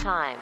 Times。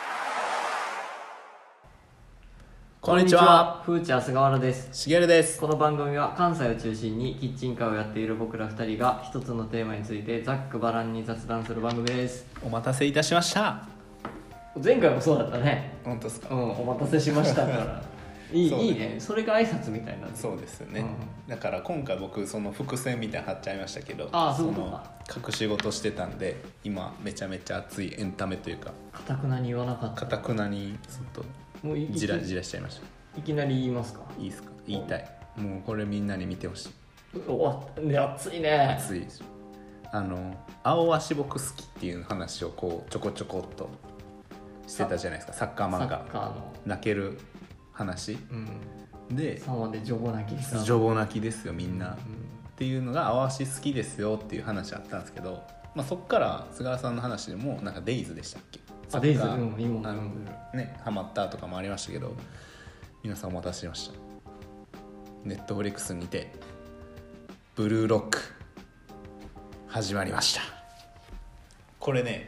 こんにちは。 フーチャー菅原です。 しげるです。 この番組は関西を中心にキッチンカーをやっている僕ら2人が一つのテーマについてざっくばらんに雑談する番組です。 お待たせいたしました。 前回もそうだったね。 本当ですか？ お待たせしましたからいいそうね、 いいね。それが挨拶みたいな。 そうですよね、だから今回僕その伏線みたいなの貼っちゃいましたけど、 そうの隠し事してたんで、今めちゃめちゃ熱いエンタメというか、 かたくなに言わなかった。 かたくなにずっともうじらしちゃいました。 いきなり言いますか？ いいですか？言いたい。もうこれみんなに見てほしい。 熱いね。 熱いです。青足僕好きっていう話をこうちょこちょこっとしてたじゃないですか。サッカー漫画泣ける話、で 3話でジョボ泣きした。 ジョボ泣きですよみんな、っていうのが青足好きですよっていう話あったんですけど、そっから菅原さんの話でもなんかデイズでしたっけ？ デイズ、今ね、ハマったとかもありましたけど、皆さんお待たせしました。ネットフリックスにてブルーロック始まりました。これね、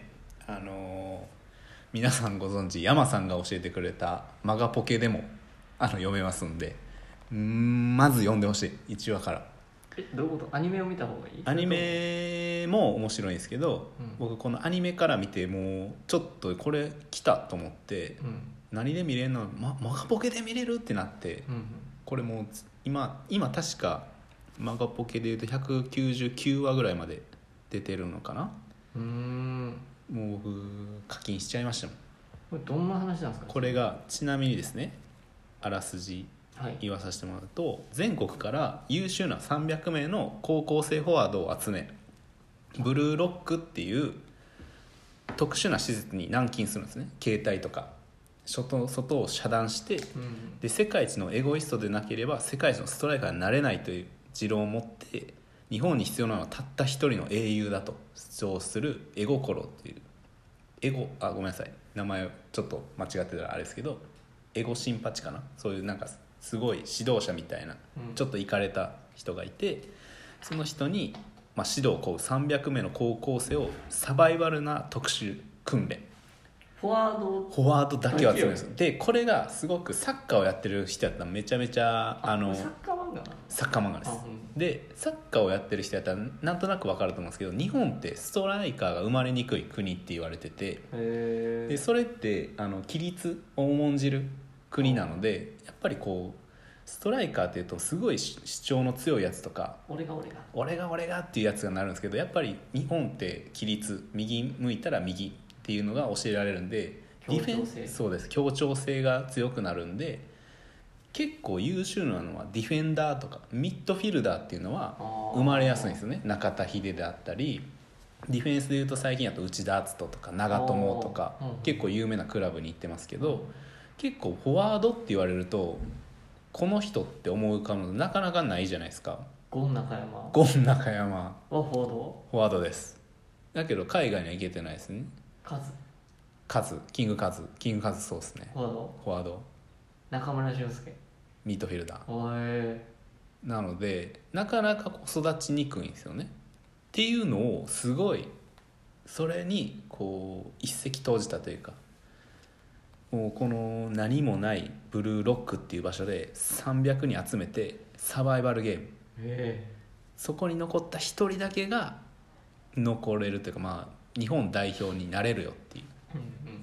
皆さんご存知山さんが教えてくれたマガポケでも読めますんで、まず読んでほしい。1話から。 どういうこと？アニメを見た方がいい？ アニメも面白いんですけど、僕このアニメから見てもうちょっとこれ来たと思って、何で見れるの？マガポケで見れるってなって、これもう今確かマガポケでいうと199話ぐらいまで出てるのかな。もう僕課金しちゃいましたもん。 これどんな話なんですか？ これがちなみにですね、あらすじ言わさせてもらうと、全国から優秀な300名の高校生フォワードを集め、ブルーロックっていう特殊な施設に軟禁するんですね。携帯とか外を遮断して、で世界一のエゴイストでなければ世界一のストライカーになれないという持論を持って、日本に必要なのはたった一人の英雄だと主張するエゴコロっていうごめんなさい、名前ちょっと間違ってたらあれですけど、エゴシンパチかな、そういうなんかすごい指導者みたいな、ちょっとイカれた人がいて、その人に、指導を請う300名の高校生をサバイバルな特殊訓練、 フォワードだけを集めるんですよ。でこれがすごくサッカーをやってる人やったらめちゃめちゃサッカー漫画です。でサッカーをやってる人やったらなんとなく分かると思うんですけど、日本ってストライカーが生まれにくい国って言われてて、でそれって規律を重んじる国なので、やっぱりこうストライカーっていうとすごい主張の強いやつとか、俺がっていうやつがなるんですけど、やっぱり日本って規律、右向いたら右っていうのが教えられるんで、そうです、協調性が強くなるんで、結構優秀なのはディフェンダーとかミッドフィルダーっていうのは生まれやすいんですよね。中田秀であったり、ディフェンスでいうと最近だと内田篤人とか長友とか、結構有名なクラブに行ってますけど、結構フォワードって言われるとこの人って思うかもなかなかないじゃないですか。 ゴン中山はフォワードです。だけど海外には行けてないですね。キングカズそうですね。フォワード中村俊輔ミッドフィルダーなので、なかなか育ちにくいんですよね。っていうのをすごい、それにこう一石投じたというか、もうこの何もないブルーロックっていう場所で300人集めてサバイバルゲーム、そこに残った一人だけが残れるというか、日本代表になれるよっていう、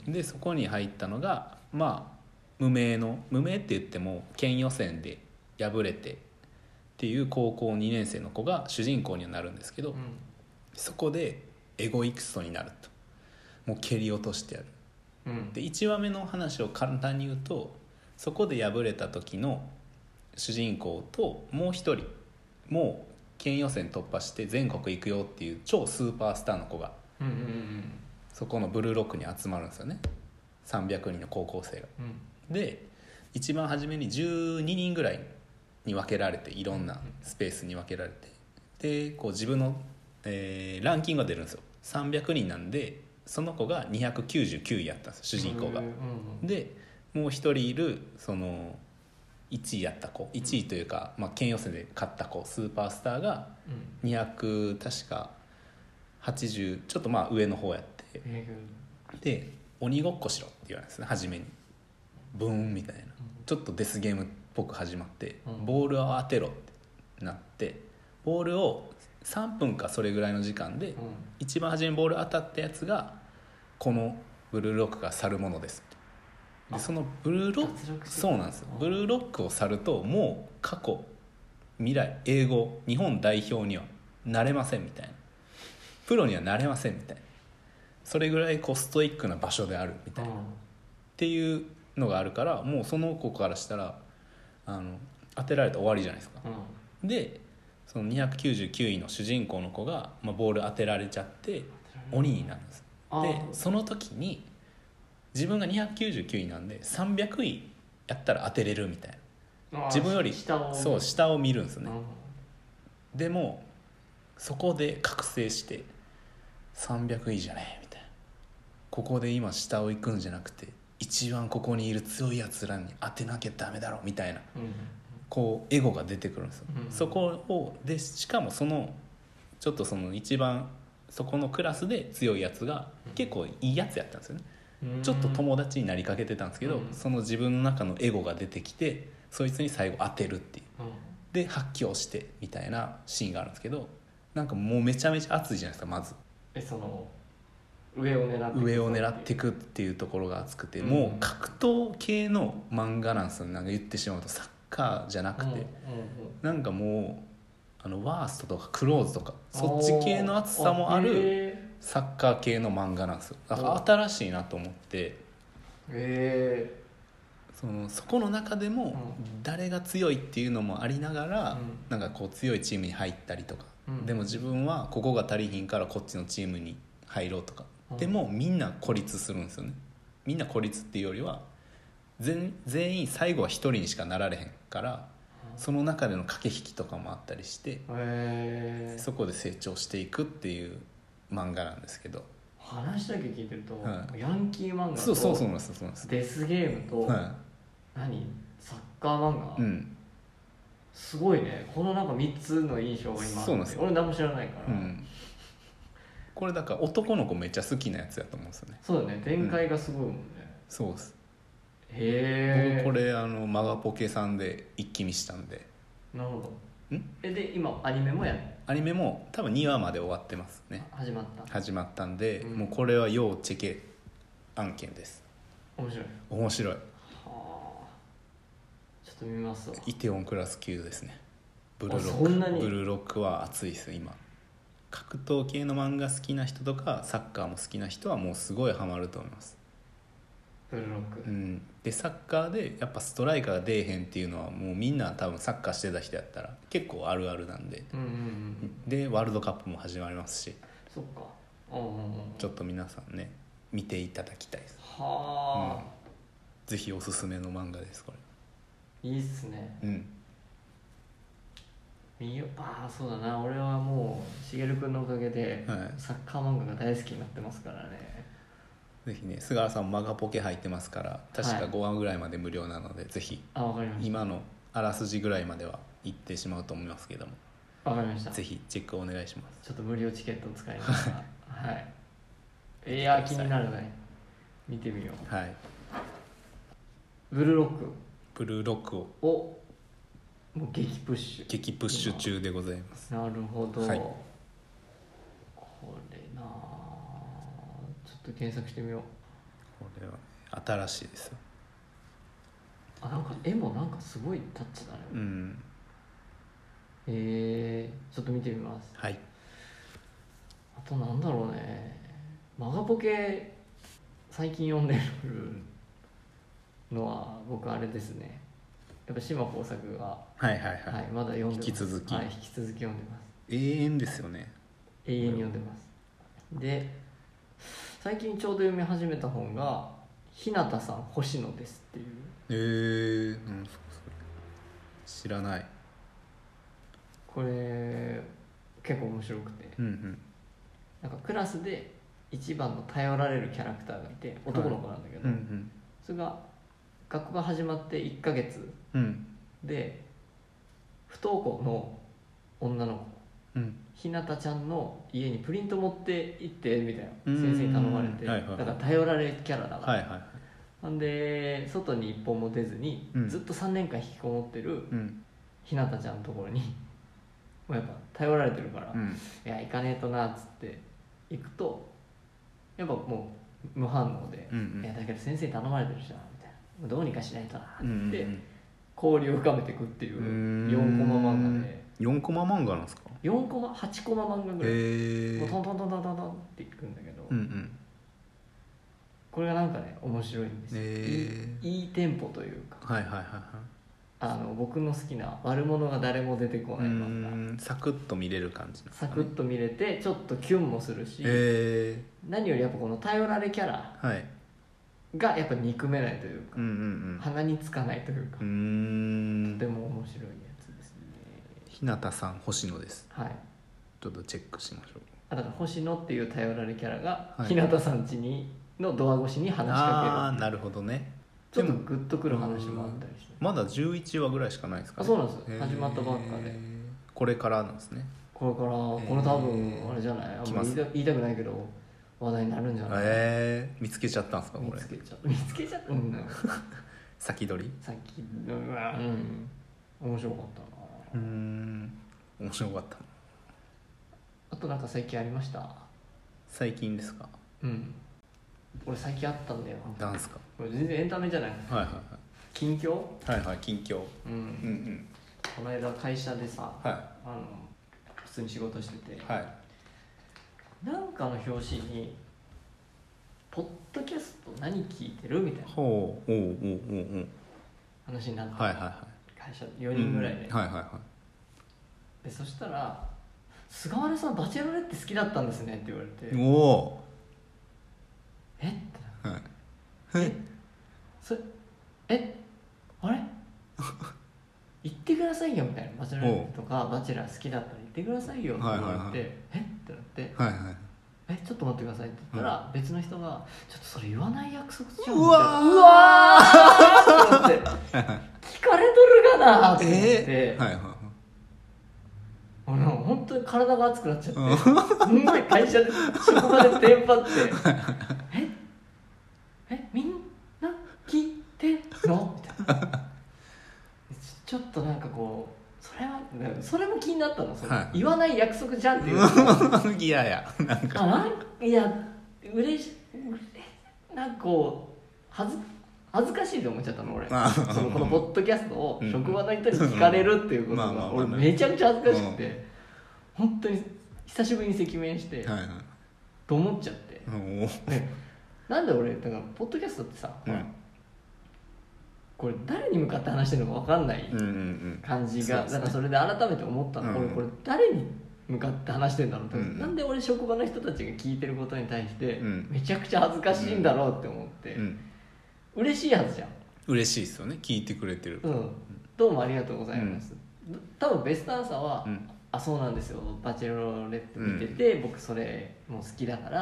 でそこに入ったのが無名って言っても県予選で敗れてっていう高校2年生の子が主人公にはなるんですけど、そこでエゴイクストになると、もう蹴り落としてやる。で1話目の話を簡単に言うと、そこで敗れた時の主人公ともう一人、もう県予選突破して全国行くよっていう超スーパースターの子が、そこのブルーロックに集まるんですよね。300人の高校生が、で一番初めに12人ぐらいに分けられて、いろんなスペースに分けられて、でこう自分の、ランキングが出るんですよ。300人なんでその子が299位やったんです、主人公が。でもう一人いるその1位やった子、1位というか、県予選で勝った子、スーパースターが200、確か80ちょっと上の方やって、で鬼ごっこしろって言われるんですね。初めにブーンみたいな、ちょっとデスゲームっぽく始まって、ボールを当てろってなって、ボールを3分かそれぐらいの時間で、一番初めにボール当たったやつがこのブルーロックが去るものですって。でそのブルーロック、そうなんですよ、ブルーロックを去るともう過去未来英語日本代表にはなれませんみたいな、プロにはなれませんみたいな、それぐらいこうストイックな場所であるみたいな、っていうのがあるから、もうその子からしたら当てられたら終わりじゃないですか、でその299位の主人公の子が、ボール当てられちゃって鬼になるんです。でその時に自分が299位なんで300位やったら当てれるみたいな、自分より下を見るんですよね。でもそこで覚醒して300位じゃねえみたいな、ここで今下を行くんじゃなくて一番ここにいる強いやつらに当てなきゃダメだろみたいな、こうエゴが出てくるんですよ、そこをでしかもそのちょっとその一番そこのクラスで強いやつが結構いいやつやったんですよね、ちょっと友達になりかけてたんですけど、その自分の中のエゴが出てきてそいつに最後当てるっていう、で発狂してみたいなシーンがあるんですけど、なんかもうめちゃめちゃ熱いじゃないですか。まずその上を狙っていくっていうところが熱くて、もう格闘系の漫画なんですよ。なんか言ってしまうとサッカーじゃなくて、なんかもうワーストとかクローズとかそっち系の熱さもあるサッカー系の漫画なんですよ。だから新しいなと思って、そこの中でも誰が強いっていうのもありながら、なんかこう強いチームに入ったりとか、でも自分はここが足りひんからこっちのチームに入ろうとか、でもみんな孤立するんですよね。みんな孤立っていうよりは全員最後は一人にしかなられへんから、その中での駆け引きとかもあったりして、そこで成長していくっていう漫画なんですけど、 話だけ聞いてると、ヤンキー漫画とそうデスゲームと、サッカー漫画、すごいね。このなんか3つの印象が今あって、俺何も知らないから、 これだから男の子めっちゃ好きなやつやと思うんですよね。 そうだね、展開がすごいもんね、 そうです。 へえ。 僕これマガポケさんで一気見したんで。 なるほど。で今アニメもやる？ アニメも多分2話まで終わってますね。始まったんで、もうこれは要チェケ案件です。面白い。はあ、ちょっと見ますわ。 イテオンクラス級ですね。ブルーロックは熱いですよ今。格闘系の漫画好きな人とかサッカーも好きな人はもうすごいハマると思います。 ブルーロック、 でサッカーでやっぱストライカーが出えへんっていうのはもうみんな多分サッカーしてた人やったら結構あるあるなんで、でワールドカップも始まりますし、 そっか、 ちょっと皆さんね見ていただきたいです。 はあ、 ぜひおすすめの漫画ですこれ。いいっすね。そうだな、俺はもうしげるくんのおかげで、サッカー漫画が大好きになってますからね。 ぜひね、菅原さんもマガポケ入ってますから確か5話ぐらいまで無料なので、ぜひ今のあらすじぐらいまでは行ってしまうと思いますけども、 わかりました。 ぜひチェックお願いします。 ちょっと無料チケットを使いながらはい、いや気になるね、見てみよう。ブルーロックをもう激プッシュ中でございます。 なるほど、これなちょっと検索してみよう。 これは新しいですよ。 なんか絵もなんかすごいタッチだね。ちょっと見てみます。あとなんだろうね、マガポケ最近読んでるのは僕あれですね、やっぱ島耕作がまだ読んでます。 引き続き読んでます。 永遠ですよね。 永遠に読んでます。で最近ちょうど読み始めた本が日向さん星野ですっていう。 知らない。 これ結構面白くて、なんかクラスで一番の頼られるキャラクターがいて、男の子なんだけど、それが学校が始まって1ヶ月で、不登校の女の子ひなたちゃんの家にプリント持って行ってみたいな先生に頼まれて、 はいはいはい、 だから頼られキャラだから、 はいはいはい、 なんで外に一歩も出ずに、ずっと3年間引きこもってるひなたちゃんのところにもうやっぱ頼られてるから、いや行かねえとなっつって行くとやっぱもう無反応で、いやだけど先生に頼まれてるじゃんみたいな、どうにかしないとなって交流を深めていくっていう4コマ漫画で。 4コマ漫画なんですか 4コマ8コマ漫画ぐらい、もうトントントントントントンっていくんだけど、これがなんかね面白いんですよ、いいテンポというか、 はいはいはいはい、 僕の好きな悪者が誰も出てこない漫画、サクッと見れる感じなんですかね。 サクッと見れてちょっとキュンもするし、何よりやっぱこの頼られキャラがやっぱ憎めないというか、鼻につかないというか、とても面白いやつですね。 日向さん星野です。 はい、 ちょっとチェックしましょう。 だから星野っていう頼られキャラが日向さん家にのドア越しに話しかける。 なるほどね。 ちょっとグッとくる話もあったりして、 まだ11話ぐらいしかないですかね。 そうなんですよ、始まったばっかで。 これからなんですね。 これから、これ多分あれじゃない、あんまり言いたくないけど話題になるんじゃない。 見つけちゃったんですかこれ。 見つけちゃった、 先取り面白かったな。 面白かった。 あとなんか最近ありました？ 最近ですか？ 俺最近あったんだよ。 なんすか？ これ全然エンタメじゃない。 はいはいはい。 近況？ はいはい、近況。 この間会社でさ、普通に仕事してて、なんかの表紙にポッドキャスト何聞いてるみたいな話になって、会社4人ぐらいで、でそしたら菅原さんバチェロレッテ好きだったんですねって言われて、えってあれ言ってくださいよみたいな、バチェロレッテとかバチェラー好きだったら言ってくださいよって言われて、ってなって、ちょっと待ってくださいって言ったら、別の人がちょっとそれ言わない約束じゃんみたいな、うわーって思って聞かれとるがなーって思って、俺もう本当に体が熱くなっちゃって、すんごい会社で職場でテンパってみんな聞いてんのみたいなちょっとなんかこうそれも気になったの、言わない約束じゃんっていういやなんかいや嬉しい、なんかこう恥ずかしいと思っちゃったの俺このポッドキャストを職場の人に聞かれるっていうことが俺めちゃくちゃ恥ずかしくて、本当に久しぶりに赤面して、と思っちゃって、なんで俺だからポッドキャストってさ、これ誰に向かって話してるのか分かんない感じが、だからそれで改めて思ったの、俺これ誰に向かって話してんだろうって、なんで俺職場の人たちが聞いてることに対してめちゃくちゃ恥ずかしいんだろうって思って、嬉しいはずじゃん。 嬉しいですよね、聞いてくれてる。 どうもありがとうございます、多分ベストアンサーは、あ、そうなんですよ、バチェロレッテ見てて、僕それも好きだから、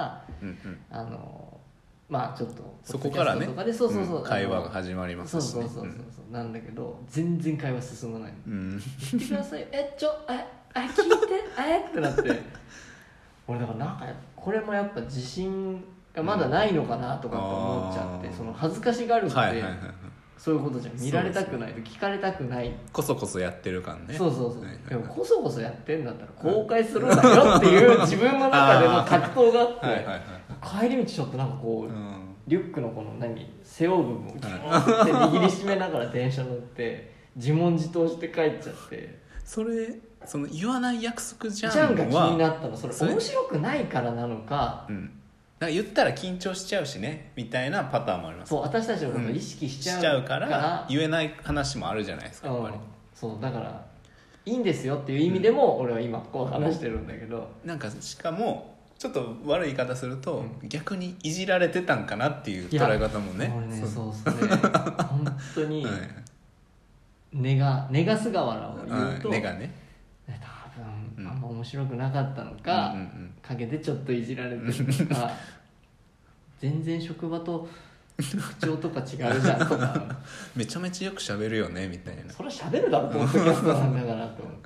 まあちょっとそこからね、会話が始まりますしね。 そうなんだけど全然会話進まないの、言ってください、聞いてってなって俺だからなんかこれもやっぱ自信がまだないのかなとかって思っちゃって、その恥ずかしがるってそういうことじゃん、見られたくないと聞かれたくない、 こそこそやってる感ね。 でもこそこそやってんだったら公開するんだよっていう自分の中での格闘があって、帰り道ちょっとなんかこう、リュックのこの背負う部分をキューって握りしめながら電車乗って自問自答して帰っちゃって、 その言わない約束じゃんが気になったの。それ面白くないからなのか、 なんか言ったら緊張しちゃうしねみたいなパターンもあります。 そう、私たちのことを意識しちゃうから言えない話もあるじゃないですか、やっぱり。 そうだからいいんですよっていう意味でも俺は今こう話してるんだけど、 なんかしかもちょっと悪い言い方すると、逆にいじられてたんかなっていう捉え方もね。 そう本当に根が菅原を言うと、 根がね、 多分あんま面白くなかったのか、陰でちょっといじられてるのか全然職場と口調とか違うじゃんとかめちゃめちゃよく喋るよねみたいな。 それは喋るだろポッドキャストなんだからと思って、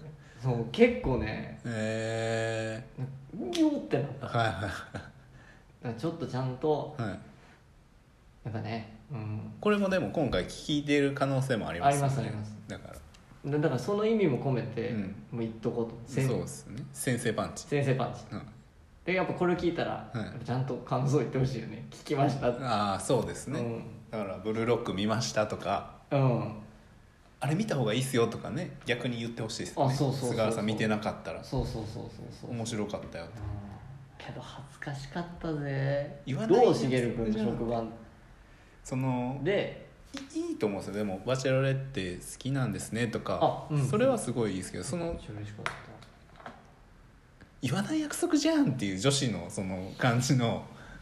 そう結構ねうおってなった、 はいはいだからちょっとちゃんと、 はい、 やっぱね、うん、 これもでも今回聞いてる可能性もありますよね。 ありますだからその意味も込めて、 うん、 もう言っとこうと。 そうですね、先生パンチ、 先生パンチ、 うん、 でやっぱこれ聞いたら、 はい、 やっぱちゃんと感想言ってほしいよね。聞きましたって。 ああそうですね、 うん、 だからブルーロック見ましたとか、 うん、 あれ見た方がいいっすよとかね、逆に言ってほしいですね。 あそうそうそうそう、 菅原さん見てなかったらそうそうそうそうそう、 面白かったよ、 けど恥ずかしかったぜ。 言わないどうしげる君の職場そのでいいと思うんですよ。でもバチェロレって好きなんですねとか、 あ、うん、 それはすごいいいですけど、その嬉しかった言わない約束じゃんっていう女子のその感じの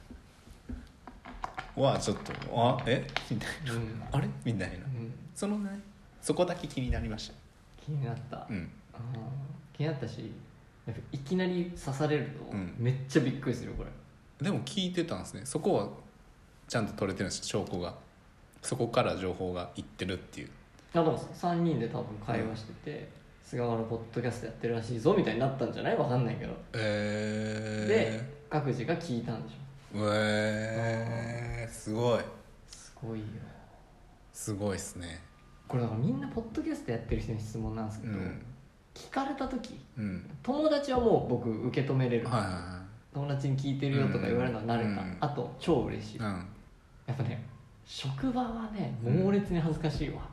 はちょっとみたいな、あれみたいな、そのねそこだけ気になりました。 気になった、 うん、 気になったし、やっぱいきなり刺されるとうんめっちゃびっくりするこれ。 でも聞いてたんですね。そこはちゃんと取れてるんです、証拠が。そこから情報がいってるっていう。 だから3人で多分会話してて、菅原ポッドキャストやってるらしいぞみたいになったんじゃない？わかんないけど、で各自が聞いたんでしょ。 すごいすごいよ。 すごいっすね。 これだからみんなポッドキャストやってる人に質問なんですけど、聞かれた時、友達はもう僕受け止めれる、友達に聞いてるよとか言われるのは慣れた、あと超嬉しい、やっぱね職場はね猛烈に恥ずかしいわ、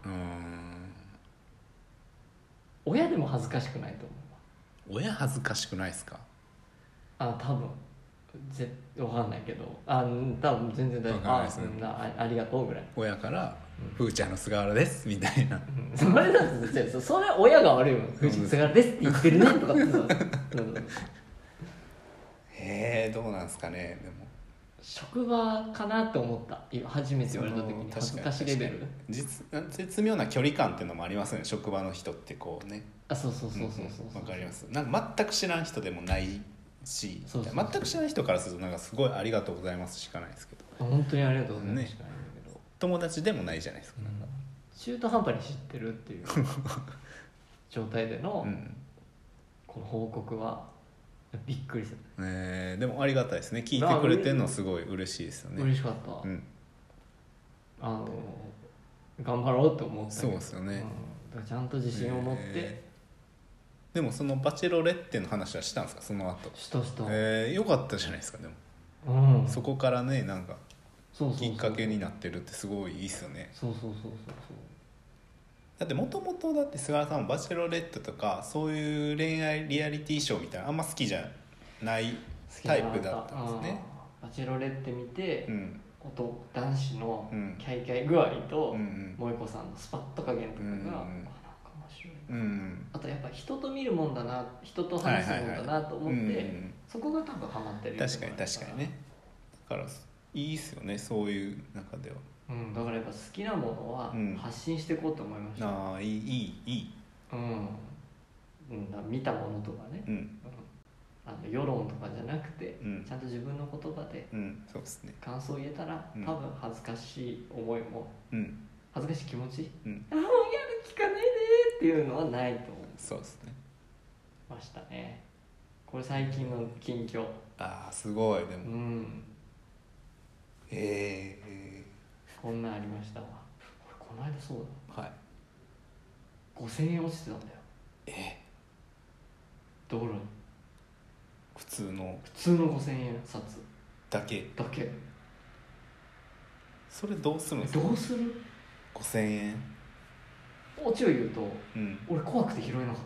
親でも恥ずかしくないと思う。親恥ずかしくないですか？ 多分分かんないけど、多分全然大丈夫、ありがとうぐらい。親から「ふーちゃんの菅原です」みたいな、 それだってそれは親が悪いもん。「ふーちゃん菅原です」って言ってるねとかってさどうなんですかね。でも職場かなって思った。初めて言われた時に恥ずかしレベル、 絶妙な距離感っていうのもありますよね。職場の人ってこうね、 そうわかります。なんか全く知らん人でもないし、全く知らない人からするとなんかすごいありがとうございますしかないですけど、 本当にありがとうございますしかないんだけど、 友達でもないじゃないですか。なんか中途半端に知ってるっていう状態でのこの報告はびっくりする。でもありがたいですね。聞いてくれてるのすごい嬉しいですよね。 嬉しかった、頑張ろうって思ったけど。 そうですよね、 だからちゃんと自信を持って、 でもそのバチェロレッテの話はしたんですか、その後？ したよかったじゃないですか。でも、そこからねなんかきっかけになってるってすごいいいっすよね。 そうだってもともとだって菅原さんもバチェロレッテとかそういう恋愛リアリティショーみたいなあんま好きじゃないタイプだったんですね。 バチェロレッテ見て、男子のキャイキャイ具合と、萌子さんのスパッと加減とかが、なんか面白い、あとやっぱ人と見るもんだな、人と話すもんだなと思って、そこが多分ハマってる。 確かにね。だからいいっすよね、そういう中では。 だからやっぱ好きなものは発信していこうと思いました。 いい、 見たものとかね、世論とかじゃなくて、ちゃんと自分の言葉でそうですね、 感想を言えたら、多分恥ずかしい思いも、恥ずかしい気持ち、もうやる聞かないでっていうのはないと思う。 そうですね、 ましたね。これ最近の近況。 すごい。でもこんなんありましたわ。この間そうだ、 はい、 5000円落ちてたんだよ。道路に普通の 5000円札だけ。それどうするんですか？ どうする？ 5000円オチを言うと、俺怖くて拾えなかった。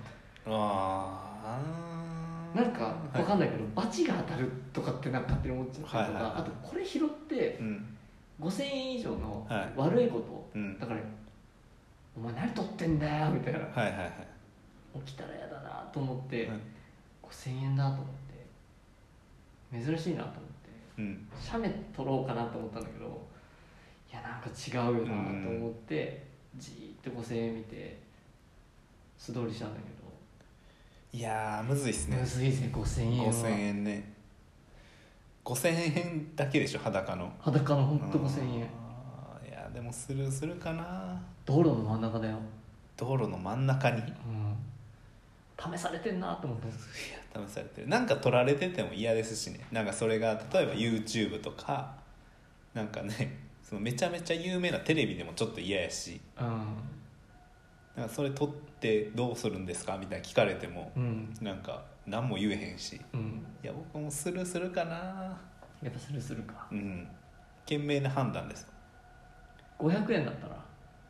なんか分かんないけど、バチが当たるとかってなんか勝手に思っちゃったりとか、あとこれ拾って、5000円以上の悪いこと、だからお前何取ってんだよみたいな、起きたら嫌だなと思って、5000円だと思って珍しいなと思って、写メ撮ろうかなと思ったんだけど、いやなんか違うよなと思って、じーっと5000円見て素通りしたんだけど、 いやむずいっすね。 むずいっすね。5000円は 5000円ね。5000円だけでしょ、裸のほんと5000円。いやでもするかな。 道路の真ん中だよ。 道路の真ん中に、 試されてんなと思って。 いや試されてる。なんか撮られてても嫌ですしね。なんかそれが例えば YouTube とかなんかね、そのめちゃめちゃ有名なテレビでもちょっと嫌やし、なんかそれ撮ってどうするんですかみたいな聞かれても、なんか何も言えへんし、いや僕もスルーするかな。 やっぱスルーするか。 賢明な判断です。 500円だったら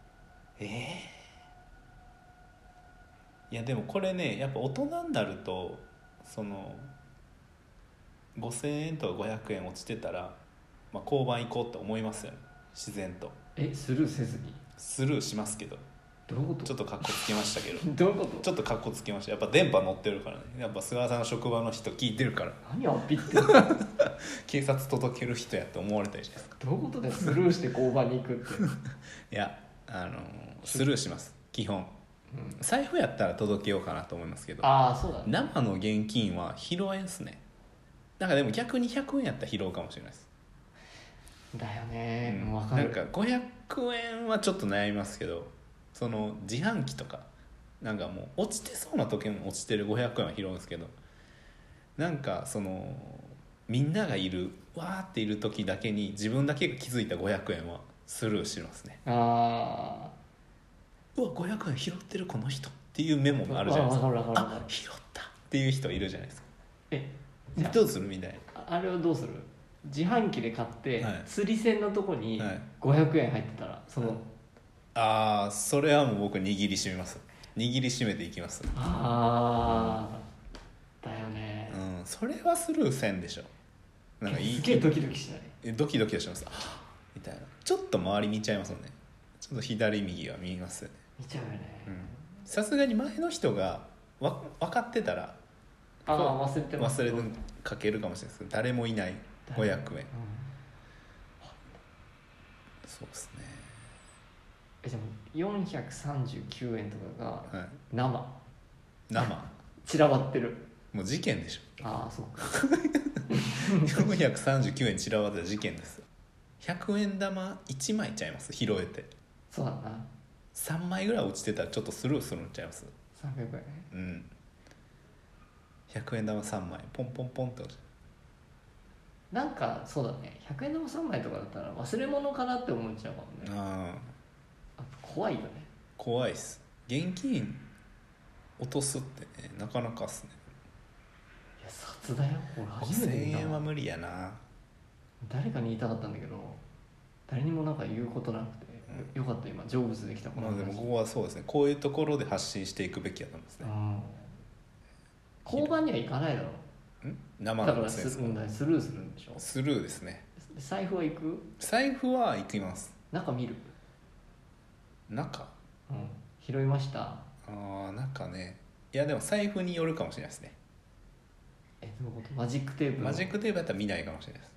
いやでもこれね、やっぱ大人になるとその5000円とか500円落ちてたら、まあ、交番行こうって思いますよね、自然と。 スルーせずに？ スルーしますけど。 どういうこと？ ちょっとカッコつけましたけどどういうこと？ ちょっとカッコつけました。やっぱ電波乗ってるからね。やっぱ菅さんの職場の人聞いてるから、 何アピってんの警察届ける人やって思われたりじゃないですか。 どういうことでスルーして交番に行くって？ いやスルーします基本。財布やったら届けようかなと思いますけど、 そうだね、 生の現金は拾えんすね。なんかでも逆に100円やったら拾うかもしれないです。 だよね、分かる。 なんか500円はちょっと悩みますけど、その自販機とかなんかもう落ちてそうな時も落ちてる500円は拾うんですけど、なんかそのみんながいるわーっている時だけに自分だけが気づいた500円はスルーしますね。うわ500円拾ってるこの人っていうメモがあるじゃないですか。拾ったっていう人いるじゃないですか。どうするみたいな。 あれをどうする？自販機で買って、釣り銭のとこに500円入ってたら、そのそれはもう僕握りしめます。握りしめていきます。 だよね。 それはスルーせんでしょ。なんかすげえドキドキしない？ ドキドキはします。みたいな。ちょっと周り見ちゃいますもんね。ちょっと左右は見ますよね。 見ちゃうよね。 さすがに前の人が分かってたら忘れかけるかもしれないですけど、誰もいない500円、そうですね。 でも439円とかが生散らばってる。 もう事件でしょ。 そうか 439円散らばってた事件です。100円玉1枚ちゃいます、拾えて。 そうだな。 3枚ぐらい落ちてたらちょっとスルーするんちゃいます。 300円 100円玉3枚ポンポンポンって落ちて、 なんかそうだね、100円玉3枚とかだったら忘れ物かなって思っちゃうかもね。怖いよね。 怖いっす。現金落とすってね、なかなかっすね。 いや札だよ。俺初めて見た。 5000円は無理やな。 誰かに言いたかったんだけど、誰にもなんか言うことなくて、よかった今成仏できたこと。でもここはそうですね、こういうところで発信していくべきやと思うんですね。 交番には行かないだろ。 生のセンスだからスルーするんでしょ。 スルーですね。 財布は行く？ 財布は行きます。 中見る？ 中？ 拾いました。 中ね。いやでも財布によるかもしれないですね。 どういうこと？マジックテープ？ マジックテープだったら見ないかもしれないです。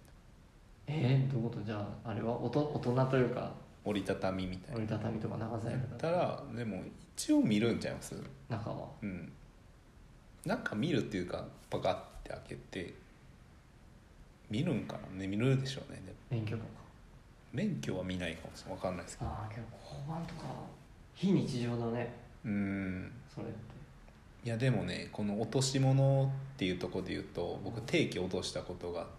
どういうこと？じゃああれは大人というか折りたたみみたいな。 折りたたみとか長財布だったらでも一応見るんちゃいます？ 中は。 中見るっていうかパカって開けて見るんかなね。見るでしょうね。 免許とか。 免許は見ないかもしれない。分かんないですけど。 けど交番とか非日常だね。それって。 いやでもね、この落とし物っていうところで言うと、僕定期落としたことがあって、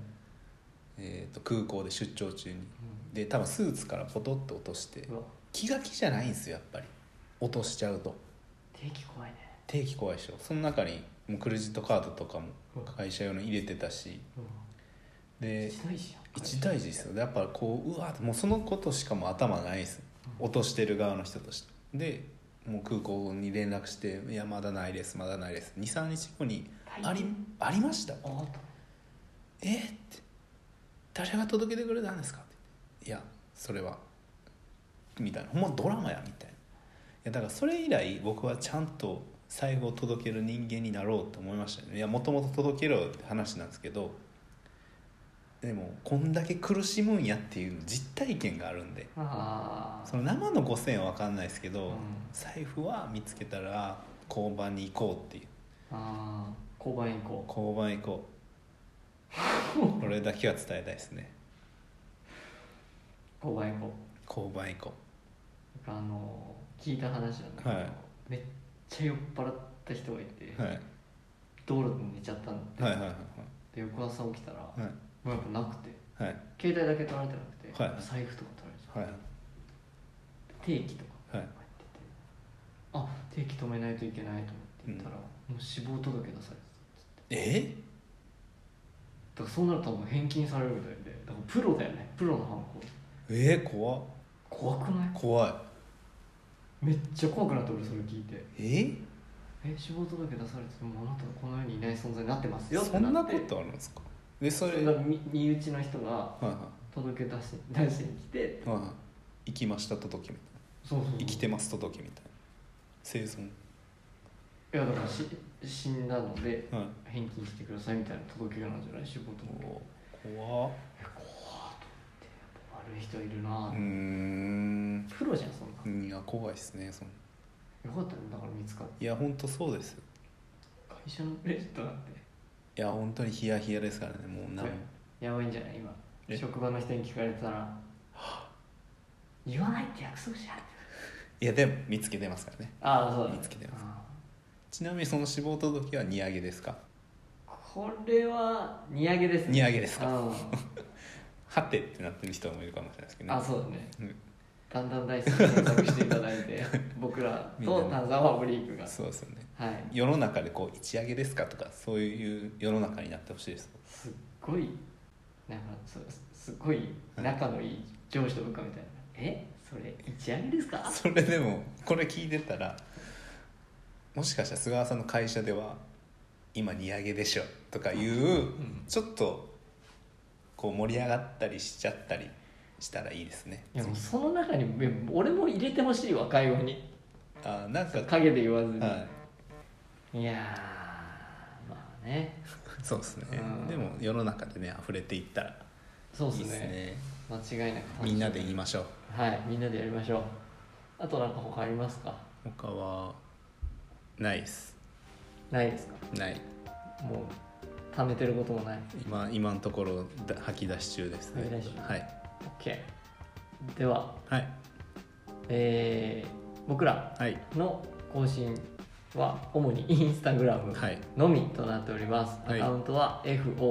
空港で出張中に、で多分スーツからポトッと落として、気が気じゃないんですよやっぱり。落としちゃうと定期怖いね。 定期怖いでしょ。その中にもうクレジットカードとかも会社用の入れてたし、で一大事ですよ。やっぱこうわーってもうそのことしかも頭ないです、落としてる側の人として。でもう空港に連絡して「いやまだないですまだないです」23日後に「ありました」って「誰が届けてくれたんですか?」って「いやそれは」みたいな、ほんまドラマやみたいな。いやだからそれ以来僕はちゃんと財布を届ける人間になろうと思いましたね。いやもともと届けろって話なんですけど、でもこんだけ苦しむんやっていう実体験があるんで、その生の5000円は分かんないですけど、財布は見つけたら交番に行こうっていう。 交番行こうこれだけは伝えたいですね。 交番行こう。聞いた話なんだけど、めっちゃ酔っ払ったった人がいて、 はい、 道路で寝ちゃったんだって、 はいはいはいで翌朝起きたら、 はい、 もうやっぱなくて、 はい、 携帯だけ取られてなくて、 はい、 財布とか取られちゃって、 はい、 定期とかはい、 あ、定期止めないといけないと思って言ったら、もう死亡届出されてたっつって。だからそうなると多分返金されるみたいで、だからプロだよね、プロの犯行。怖くない？ 怖い。 めっちゃ怖くなって俺それ聞いて、死亡届出されてもあなたはこの世にいない存在になってますよってなって。 そんなことあるんですか？でそれ身内の人が届け出しに来て、 はいはい、生きました届けみたいな、 そう生きてます届けみたいな、生存、 いやだから死んだので、 はい、 返金してくださいみたいな届けなんじゃない？死亡届。怖っと思って、やっぱ悪い人いるな。プロじゃんそんな。 いや怖いですねそんな。よかったねだから見つかって。 いや本当そうですよ。 会社のレジとなって。 いや本当にヒヤヒヤですからね。もうやばいんじゃない今。職場の人に聞かれたら、言わないって約束じゃん。 いやでも見つけてますからね。 ああそうだ、ね、 見つけてます。ちなみにその死亡届は荷上げですか？ これは荷上げですね。 荷上げですか？はてってなってる人もいるかもしれないですけどね。 あ、そうだね、だんだん大好きに検索していただいて僕らとタンザワーブリークがそうですよね、 はい、 世の中でこう一上げですかとかそういう世の中になってほしいです。 すっごいなんかすっごい仲のいい上司と部下みたいな、それ一上げですか？ それでもこれ聞いてたらもしかしたら菅原さんの会社では今荷上げでしょとかいう、ちょっとこう盛り上がったりしちゃったりしたらいいですね。 いやもうその中に俺も入れてほしいわ、会話に。 なんか陰で言わずに、 はい、 いやまあねそうですね、でも世の中でね溢れていったらそうですね、 いいですね。 間違いなくみんなで言いましょう。 はい、みんなでやりましょう。あとなんか他ありますか？ 他はないです。 ないですか？ ない。 もう貯めてることもない。 今のところ吐き出し中ですね。 吐き出し中。 はい。 OK。では、 はい。 僕らの更新は主にインスタグラムのみとなっております。はい、アカウントは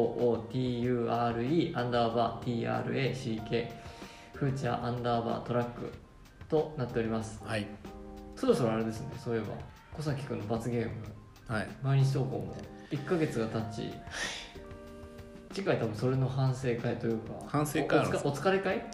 FOOTURE_TRACK フーチャー_トラックとなっております。 はい。 そろそろあれですね、そういえば小崎くんの罰ゲーム、 はい、 毎日投稿も1ヶ月が経ち、次回多分それの反省会というか、 反省会お疲れ会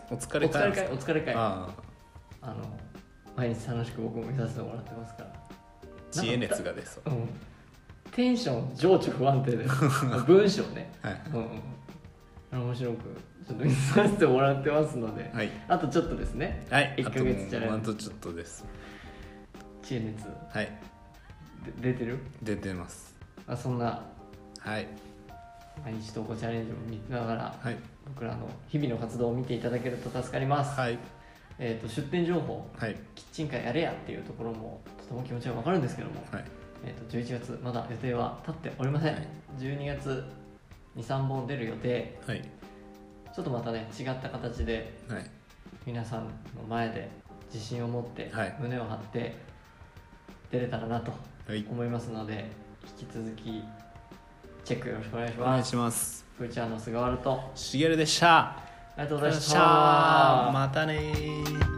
毎日楽しく僕も見させてもらってますから。 知恵熱が出そう、 テンション情緒不安定で文章ね、 はい、 面白くちょっと見させてもらってますので、 はい、 あとちょっとですね、 はい、 1ヶ月じゃない、 あとちょっとです。 知恵熱、 はい、 出てる？ 出てます。 そんな、 はい、 毎日投稿チャレンジを見ながら、 はい、 僕らの日々の活動を見ていただけると助かります。 はい、 出店情報、 はい、 キッチンカーやれやっていうところもとても気持ちは分かるんですけども、 はい、 11月まだ予定は立っておりません、はい、12月 2,3 本出る予定、はい、ちょっとまたね違った形で、はい、皆さんの前で自信を持って胸を張って出れたらなと思いますので、はい、引き続きチェックよろしくお願いします。 お願いします。 ふーちゃんの菅原としげるでした。 ありがとうございました。 またね。